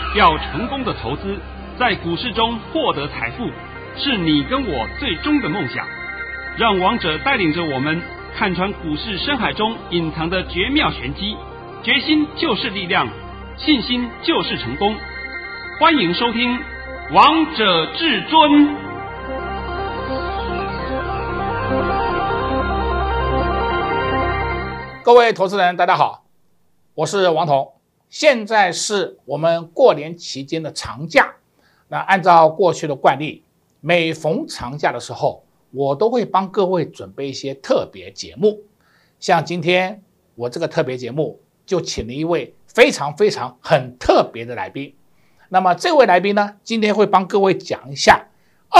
要成功的投资，在股市中获得财富，是你跟我最终的梦想。让王者带领着我们看穿股市深海中隐藏的绝妙玄机，决心就是力量，信心就是成功。欢迎收听《王者至尊》。 各位投资人，大家好，我是王彤。现在是我们过年期间的长假，那按照过去的惯例，每逢长假的时候，我都会帮各位准备一些特别节目。像今天我这个特别节目就请了一位非常很特别的来宾。那么这位来宾呢，今天会帮各位讲一下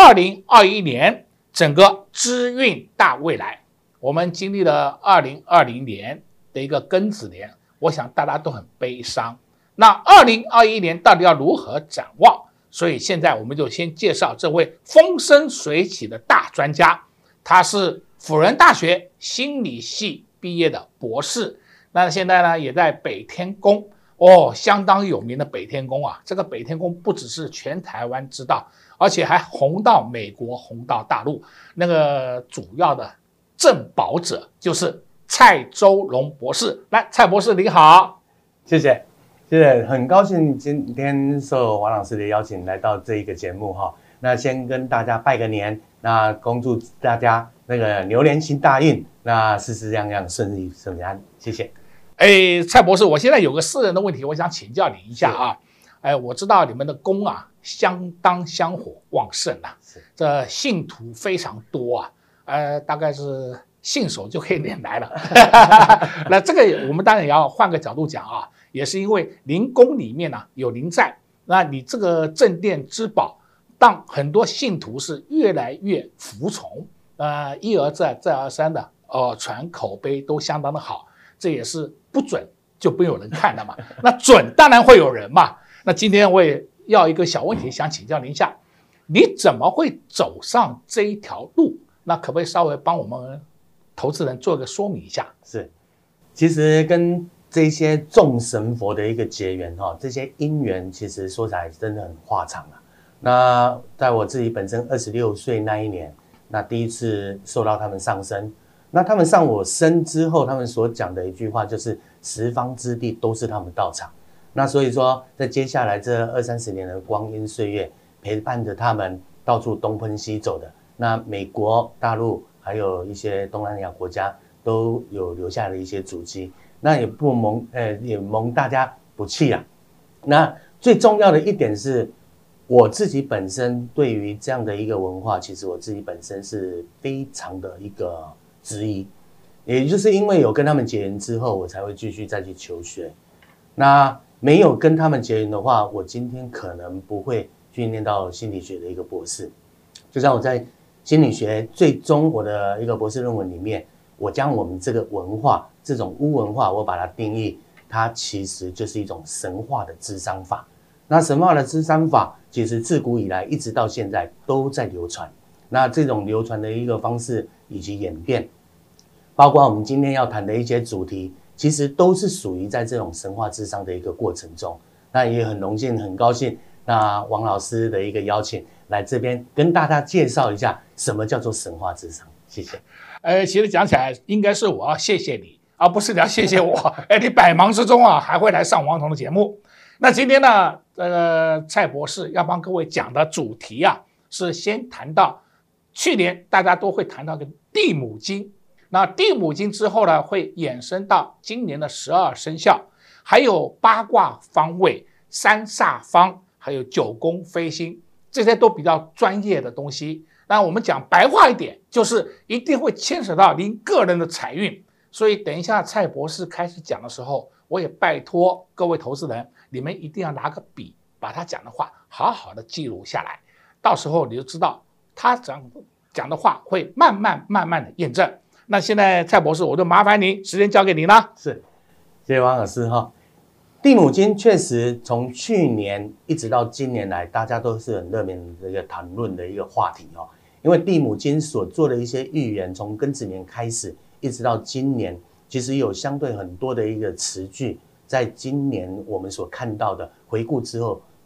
2021年整个资运大未来。我们经历了2020年的一个庚子年，我想大家都很悲伤。那2021年到底要如何展望？所以现在我们就先介绍这位风生水起的大专家，他是辅仁大学心理系毕业的博士，那现在呢也在北天宫相当有名的北天宫啊。这个北天宫不只是全台湾知道，而且还红到美国，红到大陆。那个主要的镇宝者就是蔡周龙博士。来，蔡博士你好。 谢谢，很高兴今天受王老师的邀请来到这一个节目哈。那先跟大家拜个年，那恭祝大家那个牛年行大运，那事事样样顺利顺安，谢谢。 蔡博士，我现在有个私人的问题，我想请教你一下啊。我知道你们的宫啊相当香火旺盛啊，这信徒非常多啊，大概是信手就可以拈来了。那这个我们当然也要换个角度讲啊，也是因为您宫里面有灵在，那你这个镇店之宝，让很多信徒是越来越服从，一而再再而三的传口碑都相当的好。这也是不准就不有人看了嘛，那准当然会有人嘛。那今天我也要一个小问题想请教您一下，你怎么会走上这一条路？那可不可以稍微帮我们投资人做一个说明一下？ 是，其实跟这些众神佛的一个结缘这些因缘其实说起来真的很话长啊。那在我自己本身26岁那一年，那第一次受到他们上身。那他们上我身之后，他们所讲的一句话就是十方之地都是他们道场。那所以说在接下来这20-30年的光阴岁月，陪伴着他们到处东奔西走的，那美国大陆还有一些东南亚国家都有留下了一些足迹，那也蒙大家不弃啊。那最重要的一点是，我自己本身对于这样的一个文化，其实我自己本身是非常的一个质疑，也就是因为有跟他们结缘之后，我才会继续再去求学。那没有跟他们结缘的话，我今天可能不会去念到心理学的一个博士。就像我在心理学最终我的一个博士论文里面，我将我们这个文化，这种巫文化，我把它定义，它其实就是一种神话的諮商法。那神话的諮商法，其实自古以来一直到现在都在流传。那这种流传的一个方式以及演变，包括我们今天要谈的一些主题，其实都是属于在这种神话諮商的一个过程中。那也很荣幸很高兴，那王老师的一个邀请来这边跟大家介绍一下什么叫做神话諮商。谢谢。 其实讲起来应该是我要谢谢你，而不是你要谢谢我。你百忙之中还会来上王彤的节目。那今天呢蔡博士要帮各位讲的主题是先谈到去年大家都会谈到的地母经。那地母经之后呢，会衍生到今年的12生肖，还有八卦方位、三煞方，还有九宫飞星，这些都比较专业的东西。那我们讲白话一点，就是一定会牵扯到您个人的财运。所以等一下蔡博士开始讲的时候，我也拜托各位投资人，你们一定要拿个笔，把他讲的话好好的记录下来，到时候你就知道他讲的话会慢慢的验证。那现在蔡博士，我就麻烦您，时间交给您了。 是，谢谢王老师哈。地母经确实从去年一直到今年来，大家都是很热门的一个谈论的一个话题哈。因为地母经所做的一些预言，从庚子年开始一直到今年，其实有相对很多的一个词句，在今年我们所看到的回顾之后，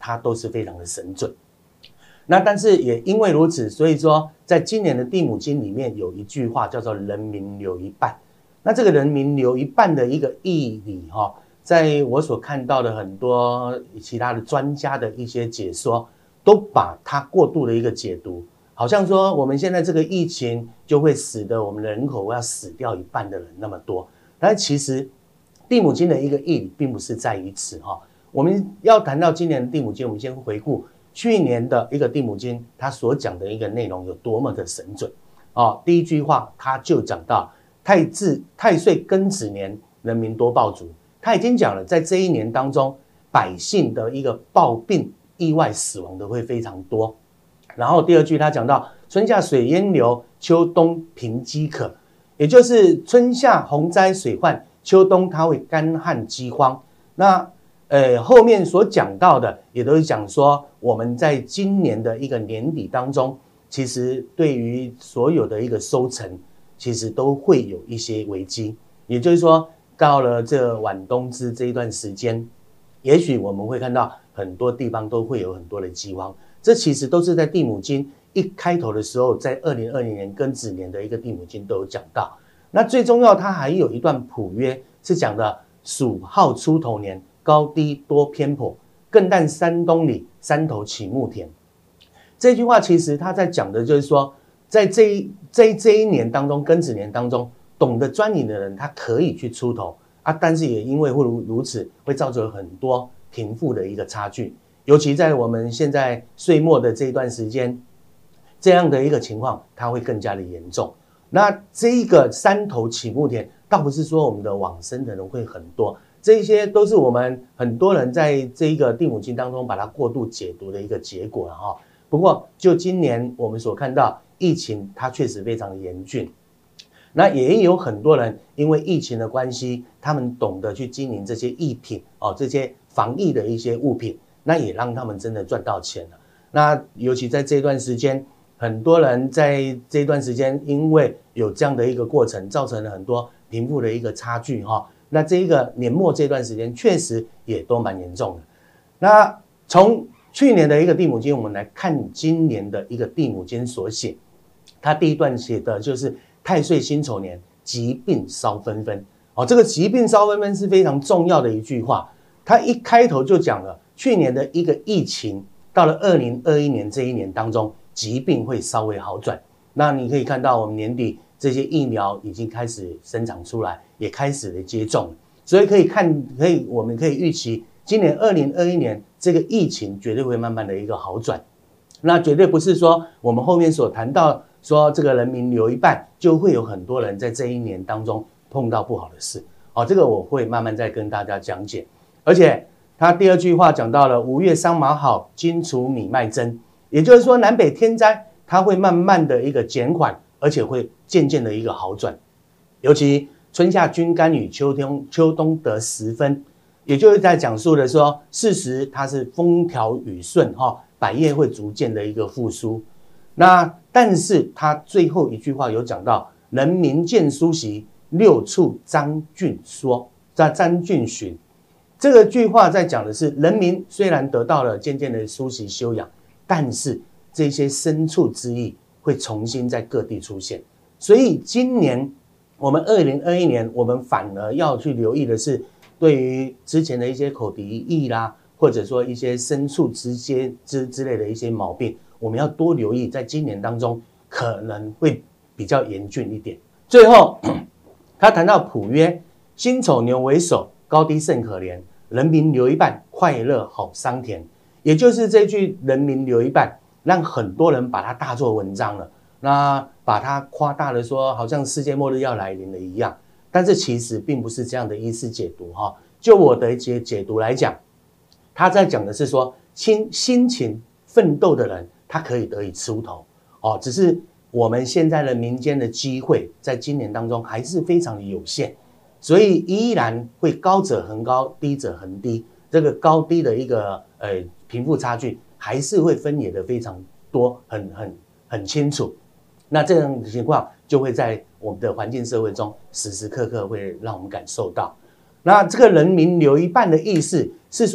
它都是非常的神准。那但是也因为如此，所以说在今年的地母经里面有一句话叫做人民留一半。那这个人民留一半的一个义理在我所看到的很多其他的专家的一些解说，都把它过度的一个解读，好像说我们现在这个疫情就会使得我们人口要死掉一半的人那么多。但其实地母经的一个义理并不是在于此我们要谈到今年的地母经，我们先回顾去年的一个地母经，它所讲的一个内容有多么的神准第一句话它就讲到太岁庚子年，人民多暴卒。他已经讲了，在这一年当中，百姓的一个暴病、意外死亡的会非常多。然后第二句他讲到春夏水淹流，秋冬贫饥渴，也就是春夏洪灾水患，秋冬它会干旱饥荒。那后面所讲到的也都是讲说，我们在今年的一个年底当中，其实对于所有的一个收成，其实都会有一些危机。也就是说，到了这晚冬至这一段时间，也许我们会看到很多地方都会有很多的饥荒。这其实都是在地母经一开头的时候，在2020年庚子年的一个地母经都有讲到。那最重要，它还有一段谱约是讲的属号出头年，高低多偏颇，更旦山东里，山头起木田。这句话其实他在讲的就是说，在这一年当中，庚子年当中，懂得钻营的人，他可以去出头但是也因为会如此，会造成很多贫富的一个差距。尤其在我们现在岁末的这一段时间，这样的一个情况，它会更加的严重。那这一个山头起木田，倒不是说我们的往生的人会很多，这一些都是我们很多人在这一个地母经当中把它过度解读的一个结果不过就今年我们所看到疫情，它确实非常的严峻。那也有很多人因为疫情的关系，他们懂得去经营这些疫品这些防疫的一些物品，那也让他们真的赚到钱了。那尤其在这段时间，很多人在这段时间因为有这样的一个过程，造成了很多贫富的一个差距那这一个年末这段时间确实也都蛮严重的。那从去年的一个地母经，我们来看今年的一个地母经所写，它第一段写的就是太岁辛丑年，疾病烧纷纷这个疾病烧纷纷是非常重要的一句话。它一开头就讲了去年的一个疫情，到了2021年这一年当中，疾病会稍微好转。那你可以看到我们年底这些疫苗已经开始生产出来，也开始了接种，所以我们可以预期今年2021年这个疫情绝对会慢慢的一个好转。那绝对不是说我们后面所谈到说这个人民留一半，就会有很多人在这一年当中碰到不好的事这个我会慢慢再跟大家讲解。而且他第二句话讲到了5月桑麻好，金除米麦增，也就是说南北天灾它会慢慢的一个减缓，而且会渐渐的一个好转。尤其春夏均甘雨，秋冬得时分，也就是在讲述的说事实它是风调雨顺百业会逐渐的一个复苏。那但是他最后一句话有讲到人民见书习，六处张俊说，张俊寻。这个句话在讲的是人民虽然得到了渐渐的梳洗修养，但是这些深处之意会重新在各地出现。所以今年我们2021年，我们反而要去留意的是对于之前的一些口蹄疫啦，或者说一些深处之类的一些毛病，我们要多留意，在今年当中可能会比较严峻一点。最后他谈到谱约，辛丑牛为首，高低甚可怜，人民留一半，快乐好桑田。也就是这句人民留一半，让很多人把它大做文章了，那把它夸大的说好像世界末日要来临了一样。但是其实并不是这样的意思解读就我的解读来讲，他在讲的是说辛勤奋斗的人他可以得以出头只是我们现在的民间的机会在今年当中还是非常的有限，所以依然会高者恒高，低者恒低，这个高低的一个贫富差距还是会分野的非常多，很清楚。那这样的情况就会在我们的环境社会中时时刻刻会让我们感受到。那这个人民留一半的意思是说，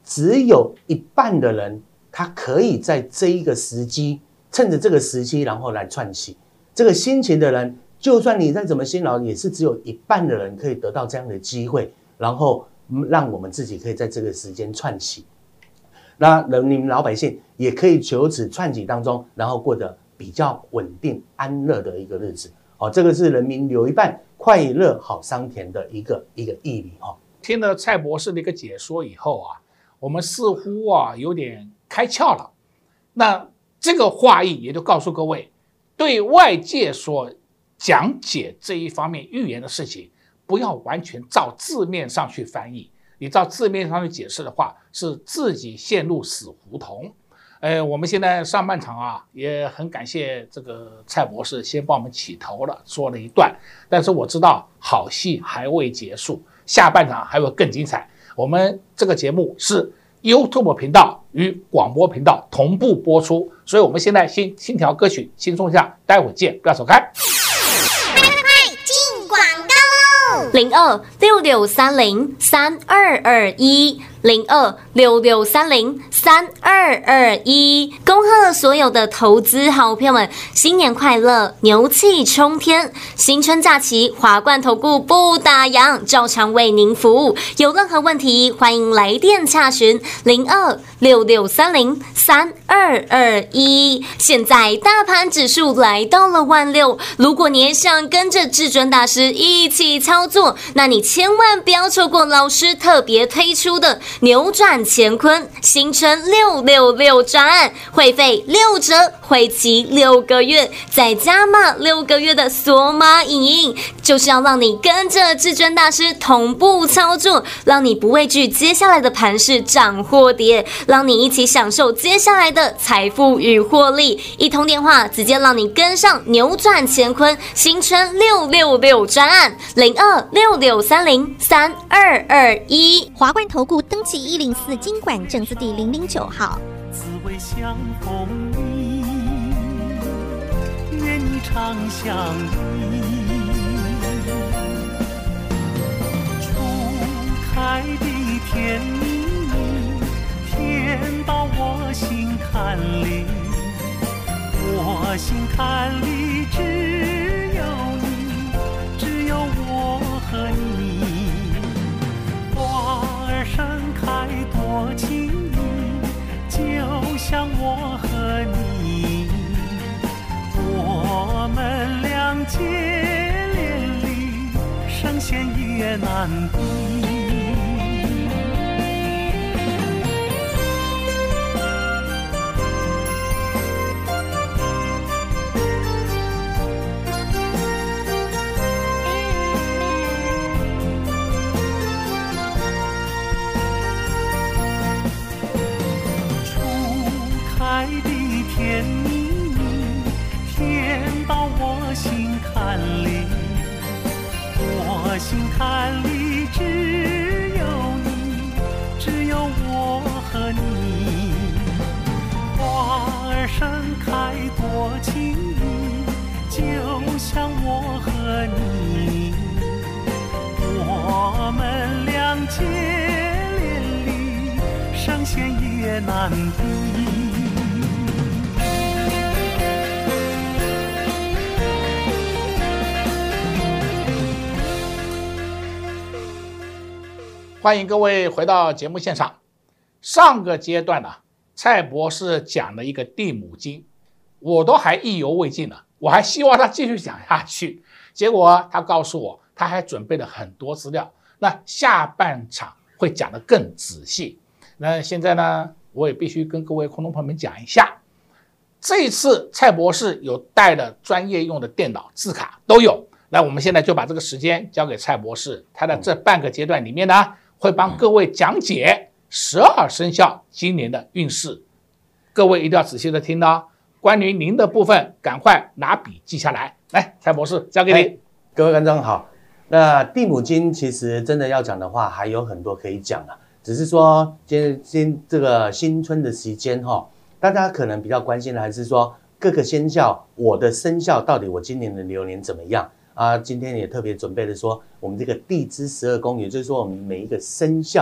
只有一半的人，他可以在这一个时机，趁着这个时机，然后来串起。这个辛勤的人，就算你再怎么辛劳，也是只有一半的人可以得到这样的机会，然后让我们自己可以在这个时间串起。那你们老百姓也可以由此串起当中，然后过得比较稳定安乐的一个日子。这个是人民留一半，快乐好桑田的一个义理。 听了蔡博士的一个解说以后啊，我们似乎有点开窍了。那这个话意也就告诉各位，对外界所讲解这一方面预言的事情，不要完全照字面上去翻译。你照字面上去解释的话，是自己陷入死胡同。我们现在上半场也很感谢这个蔡博士先帮我们起头了，说了一段。但是我知道好戏还未结束，下半场还会更精彩。我们这个节目是 YouTube 频道与广播频道同步播出，所以我们现在先听条歌曲轻松一下，待会见，不要走开。 02-6630-3221，02-6630-3221，恭贺所有的投资好朋友们，新年快乐，牛气冲天！新春假期，华冠投顾不打烊，照常为您服务。有任何问题，欢迎来电洽询02-6630-3221。现在大盘指数来到了16000，如果你也想跟着至尊大师一起操作，那你千万不要错过老师特别推出的扭转乾坤新春666专案，会费6折，会期6个月，再加码6个月的索马影音，就是要让你跟着至尊大师同步操作，让你不畏惧接下来的盘势涨或跌，让你一起享受接下来的财富与获利。一通电话直接让你跟上扭转乾坤新春666专案，02-6630-3221。 华冠投顾登记104金管证字第009号。 滋味相逢你，愿你常相依。初开的甜蜜蜜，甜到我心坎里，我心坎里只有你，只有我和你。花儿盛开多情意，就像我和你，我们俩结连理，神仙也难比。甜蜜蜜，甜到我心坎里，我心坎里只有你，只有我和你。花儿盛开多情意，就像我和你，我们俩结连理，神仙也难比。 欢迎各位回到节目现场。上个阶段呢，蔡博士讲了一个地母经，我都还意犹未尽呢，我还希望他继续讲下去。结果他告诉我，他还准备了很多资料，那下半场会讲得更仔细。那现在呢，我也必须跟各位空中朋友们讲一下，这一次蔡博士有带了专业用的电脑字卡都有。那我们现在就把这个时间交给蔡博士，他在这半个阶段里面呢，会帮各位讲解12生肖今年的运势，各位一定要仔细的听到。关于您的部分，赶快拿笔记下来。来，蔡博士交给你。 各位观众好。那地母经其实真的要讲的话，还有很多可以讲啊。只是说今这个新春的时间大家可能比较关心的还是说各个生肖，我的生肖到底我今年的流年怎么样啊？今天也特别准备的说，我们这个地支12宫，也就是说我们每一个生肖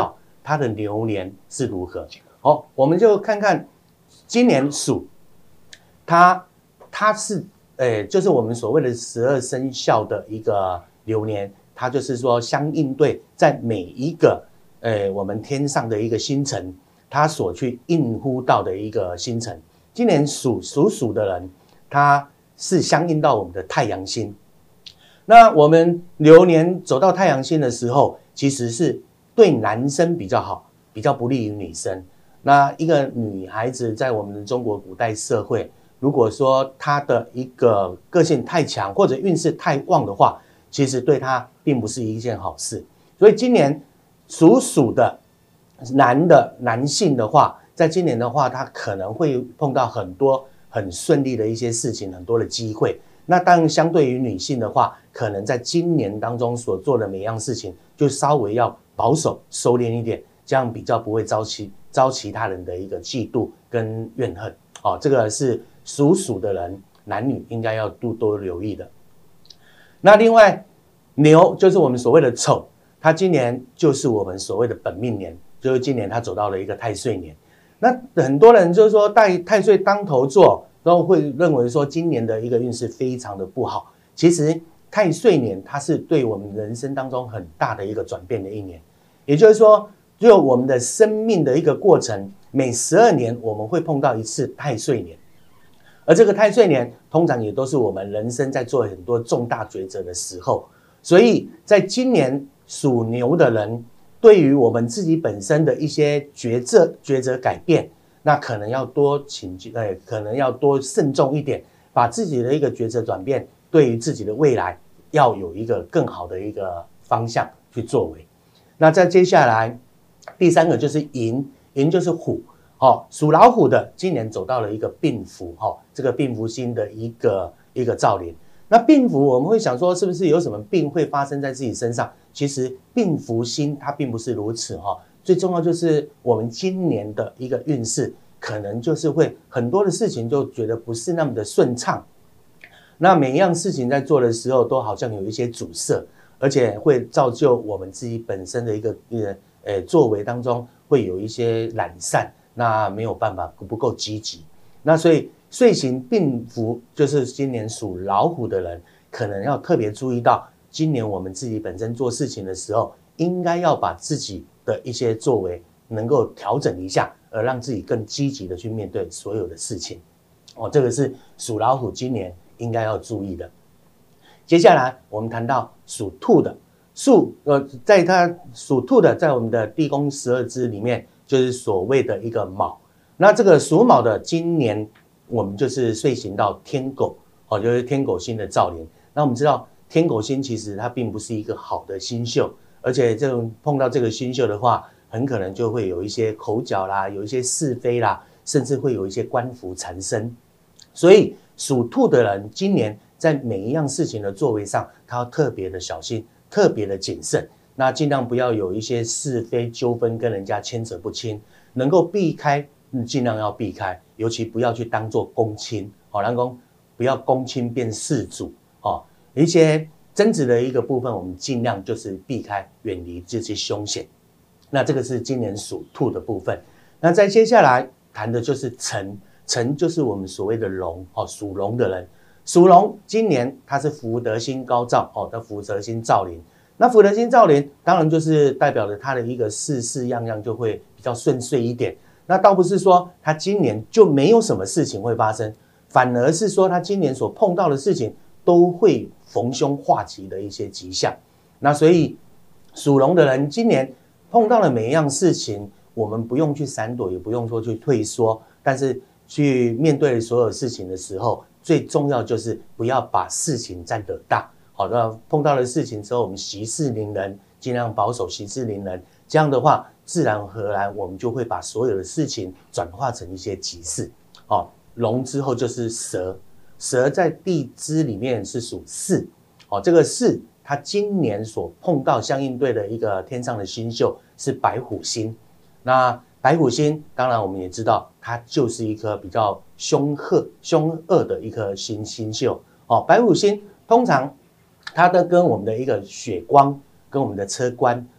它的流年是如何。好，我们就看看今年属，它是就是我们所谓的12生肖的一个流年，它就是说相应对在每一个我们天上的一个星辰，它所去应呼到的一个星辰。今年属的人，它是相应到我们的太阳星。那我们流年走到太阳星的时候，其实是对男生比较好，比较不利于女生。那一个女孩子在我们的中国古代社会，如果说她的一个个性太强或者运势太旺的话，其实对她并不是一件好事。所以今年属的男性的话，在今年的话，他可能会碰到很多很顺利的一些事情，很多的机会。那当然相对于女性的话，可能在今年当中所做的每样事情就稍微要保守收敛一点，这样比较不会招其他人的一个嫉妒跟怨恨。这个是属的人男女应该要多留意的。那另外牛就是我们所谓的丑，它今年就是我们所谓的本命年，就是今年它走到了一个太岁年。那很多人就是说带太岁当头坐，都会认为说今年的一个运势非常的不好。其实太岁年它是对我们人生当中很大的一个转变的一年，也就是说就我们的生命的一个过程，每12年我们会碰到一次太岁年，而这个太岁年通常也都是我们人生在做很多重大抉择的时候。所以在今年属牛的人，对于我们自己本身的一些抉择改变，那可能要多可能要多慎重一点，把自己的一个抉择转变，对于自己的未来要有一个更好的一个方向去作为。那再接下来第3个就是寅就是虎，属老虎的今年走到了一个病符，这个病符星的一个造临。那病符我们会想说是不是有什么病会发生在自己身上，其实病符星它并不是如此。最重要就是我们今年的一个运势可能就是会很多的事情就觉得不是那么的顺畅，那每一样事情在做的时候都好像有一些阻塞，而且会造就我们自己本身的一个作为当中会有一些懒散，那没有办法不够积极。那所以岁行病符就是今年属老虎的人可能要特别注意到，今年我们自己本身做事情的时候，应该要把自己的一些作为能够调整一下，而让自己更积极的去面对所有的事情。这个是属老虎今年应该要注意的。接下来我们谈到属兔的，在它属兔的，在我们的地宫12支里面，就是所谓的一个卯。那这个属卯的今年我们就是岁行到天狗，就是天狗星的造临。那我们知道天狗星其实它并不是一个好的星宿，而且这种碰到这个星宿的话，很可能就会有一些口角啦，有一些是非啦，甚至会有一些官符缠身。所以属兔的人今年在每一样事情的作为上，他要特别的小心，特别的谨慎，那尽量不要有一些是非纠纷跟人家牵扯不清，能够避开尽量要避开，尤其不要去当作公亲，然后不要公亲变事主，一些争执的一个部分，我们尽量就是避开，远离这些凶险。那这个是今年属兔的部分。那再接下来谈的就是辰就是我们所谓的龙，属龙的人，属龙今年它是福德星高照，它福德星造临。那福德星造临当然就是代表了他的一个事样样就会比较顺遂一点。那倒不是说他今年就没有什么事情会发生，反而是说他今年所碰到的事情都会逢凶化吉的一些迹象。那所以属龙的人今年碰到了每一样事情，我们不用去闪躲，也不用说去退缩，但是去面对所有事情的时候，最重要就是不要把事情再惹大。好的，碰到了事情之后，我们息事宁人，尽量保守息事宁人，这样的话自然而然我们就会把所有的事情转化成一些吉事。龙之后就是蛇，蛇在地支里面是属巳，这个巳它今年所碰到相应对的一个天上的星宿是白虎星。那白虎星当然我们也知道，它就是一颗比较凶恶的一颗星宿。白虎星通常它的跟我们的一个血光跟我们的车关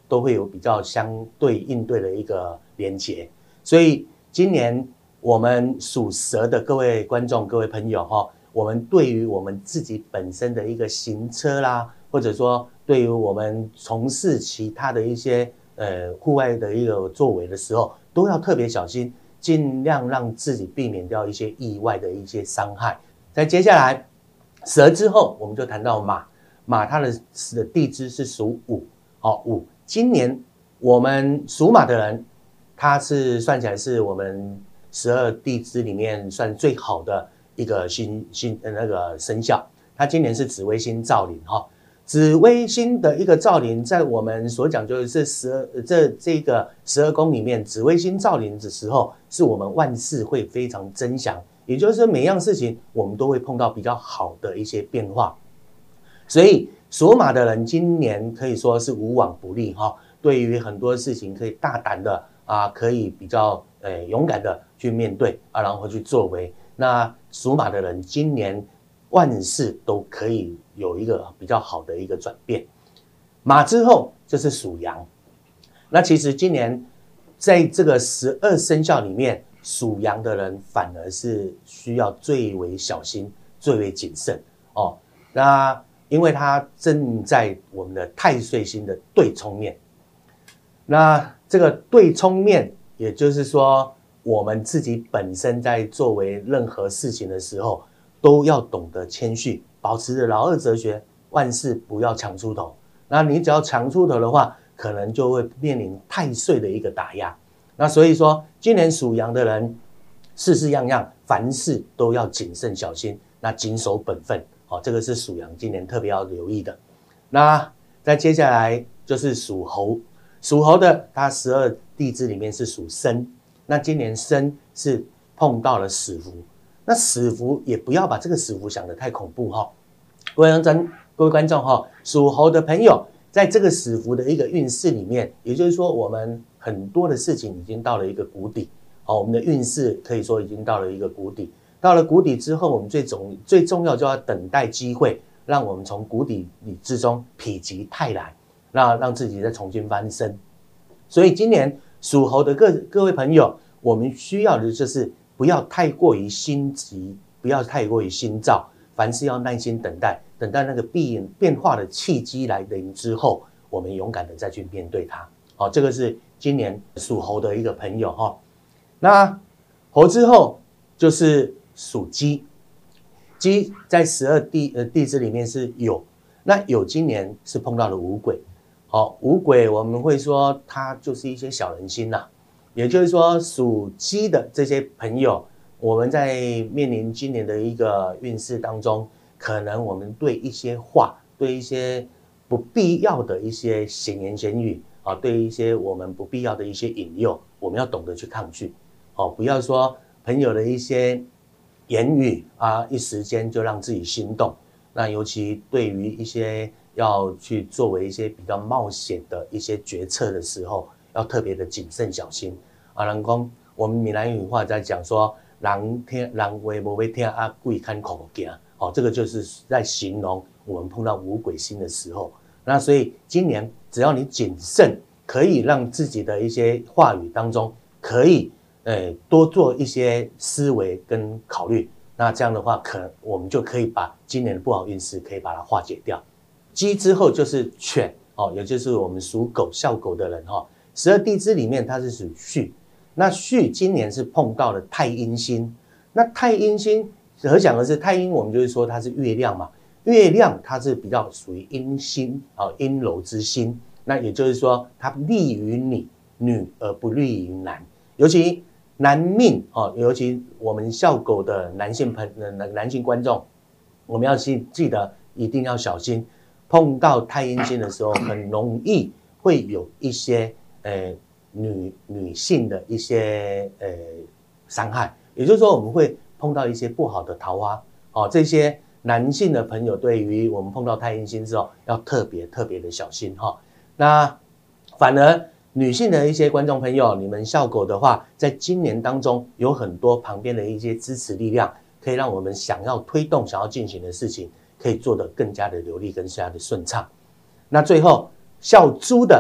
都会有比较相对应对的一个连结。所以今年我们属蛇的各位观众、各位朋友哈，我们对于我们自己本身的一个行车啦，或者说对于我们从事其他的一些户外的一个作为的时候，都要特别小心，尽量让自己避免掉一些意外的一些伤害。在接下来蛇之后，我们就谈到马它的地支是属午，午。今年我们属马的人，它是算起来是我们12地支里面算最好的一个那个生肖。它今年是紫微星造临哈，紫微星的一个造临，在我们所讲究的是这个12宫里面，紫微星造临的时候，是我们万事会非常增祥，也就是说每样事情我们都会碰到比较好的一些变化。所以属马的人今年可以说是无往不利哈，对于很多事情可以大胆的可以比较勇敢的去面对然后去作为。那属马的人今年万事都可以有一个比较好的一个转变。马之后就是属羊，那其实今年在这个12生肖里面，属羊的人反而是需要最为小心、最为谨慎哦。那因为它正在我们的太岁星的对冲面，那这个对冲面，也就是说，我们自己本身在作为任何事情的时候，都要懂得谦虚，保持着老二哲学，万事不要强出头。那你只要强出头的话，可能就会面临太岁的一个打压。那所以说，今年属羊的人，事事样样，凡事都要谨慎小心，那谨守本分。这个是属羊今年特别要留意的。那再接下来就是属猴，属猴的它12地支里面是属申，那今年申是碰到了死符，那死符也不要把这个死符想得太恐怖哈。各位观众哈，属猴的朋友在这个死符的一个运势里面，也就是说我们很多的事情已经到了一个谷底，我们的运势可以说已经到了一个谷底。到了谷底之后，我们最重要就要等待机会，让我们从谷底之中否极泰来，让自己再重新翻身。所以今年属猴的各位朋友，我们需要的就是不要太过于心急，不要太过于心躁，凡事要耐心等待，等待那个变化的契机来临之后，我们勇敢的再去面对它。这个是今年属猴的一个朋友哈。那猴之后就是属鸡，鸡在12地支里面是酉，那酉今年是碰到了五鬼，五鬼我们会说它就是一些小人心呐，也就是说属鸡的这些朋友，我们在面临今年的一个运势当中，可能我们对一些话，对一些不必要的一些闲言闲语对一些我们不必要的一些引诱，我们要懂得去抗拒不要说朋友的一些言语一时间就让自己心动。那尤其对于一些要去作为一些比较冒险的一些决策的时候，要特别的谨慎小心人说我们闽南语话在讲说人话不要听鬼看恐怕这个就是在形容我们碰到五鬼星的时候。那所以今年只要你谨慎，可以让自己的一些话语当中可以多做一些思维跟考虑，那这样的话可能我们就可以把今年的不好运势可以把它化解掉。鸡之后就是犬也就是我们属狗孝狗的人12地支里面它是属戌，那戌今年是碰到了太阴星，那太阴星可想而知，太阴我们就是说它是月亮嘛，月亮它是比较属于阴星阴柔之星，那也就是说它利于女而不利于男，尤其男命尤其我们孝狗的男性观众，我们要记得一定要小心，碰到太阴星的时候，很容易会有一些女性的一些伤害，也就是说我们会碰到一些不好的桃花这些男性的朋友对于我们碰到太阴星之后要特别的小心那反而女性的一些观众朋友，你们孝狗的话，在今年当中有很多旁边的一些支持力量，可以让我们想要推动、想要进行的事情，可以做得更加的流利、更加的顺畅。那最后孝猪的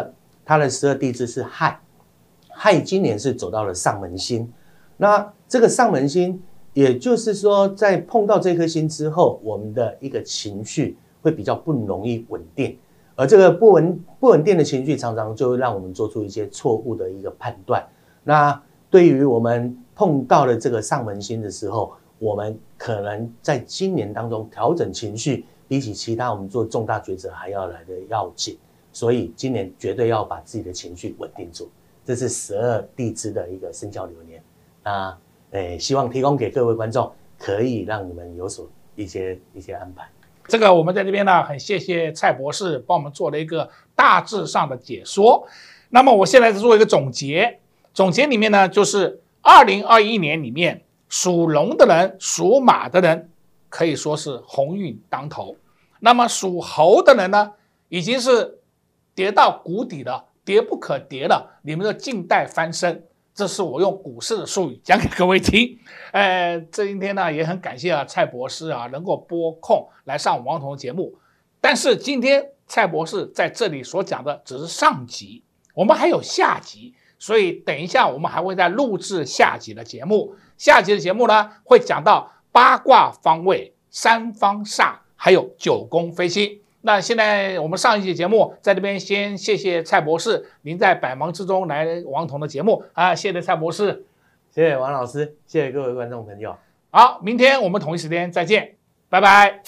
它的12地支是亥，亥今年是走到了上门星。那这个上门星，也就是说，在碰到这颗星之后，我们的一个情绪会比较不容易稳定，而这个不稳定的情绪，常常就会让我们做出一些错误的一个判断。那对于我们碰到了这个上门星的时候，我们可能在今年当中调整情绪，比起其他我们做重大抉择还要来的要紧。所以今年绝对要把自己的情绪稳定住。这是12地支的一个生肖流年。那希望提供给各位观众，可以让你们有所一些安排。 这个我们在这边呢，很谢谢蔡博士帮我们做了一个大致上的解说。那么我现在做一个总结，总结里面呢，就是2021年里面属龙的人、属马的人可以说是鸿运当头。那么属猴的人呢，已经是跌到谷底了，跌不可跌了，你们的静待翻身。这是我用股市的术语讲给各位听。这今天呢也很感谢蔡博士能够拨空来上王彤的节目。但是今天蔡博士在这里所讲的只是上集，我们还有下集，所以等一下我们还会再录制下集的节目。下集的节目呢会讲到八卦方位、三方煞，还有9宫飞星。那现在我们上一期节目在这边先谢谢蔡博士，您在百忙之中来王彤的节目谢谢蔡博士， 谢谢王老师，谢谢各位观众朋友。 好，明天我们同一时间再见，拜拜。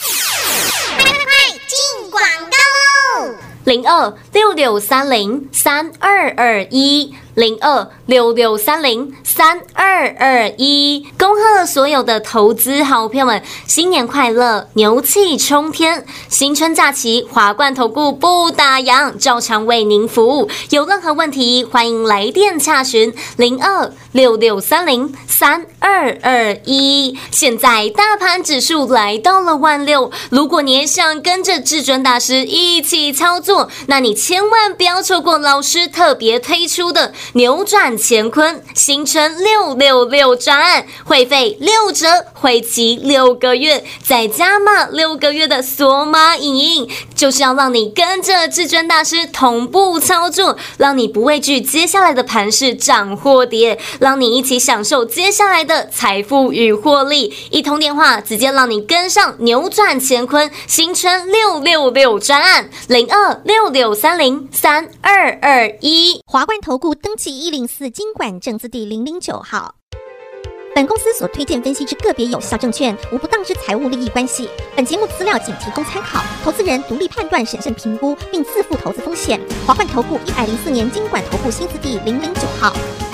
进广告喽 ！0266303221，0266303221，恭贺所有的投资好朋友们，新年快乐，牛气冲天！新春假期，华冠投顾不打烊，照常为您服务。有任何问题，欢迎来电洽询0266303221。现在大盘指数来到了16000，如果你也想跟着至尊大师一起操作，那你千万不要错过老师特别推出的扭转乾坤新春666专案，会费6折，会期6个月，再加码6个月的索马影音，就是要让你跟着至尊大师同步操作，让你不畏惧接下来的盘势涨或跌，让你一起享受接下来的财富与获利。一通电话直接让你跟上扭转乾坤新春666专案，0266303221。 华冠投顾登记104金管证字第009号。本公司所推荐分析之个别有效证券，无不当之财务利益关系。本节目资料仅提供参考，投资人独立判断、审慎评估，并自负投资风险。华冠投顾104年金管投顾新字第009号。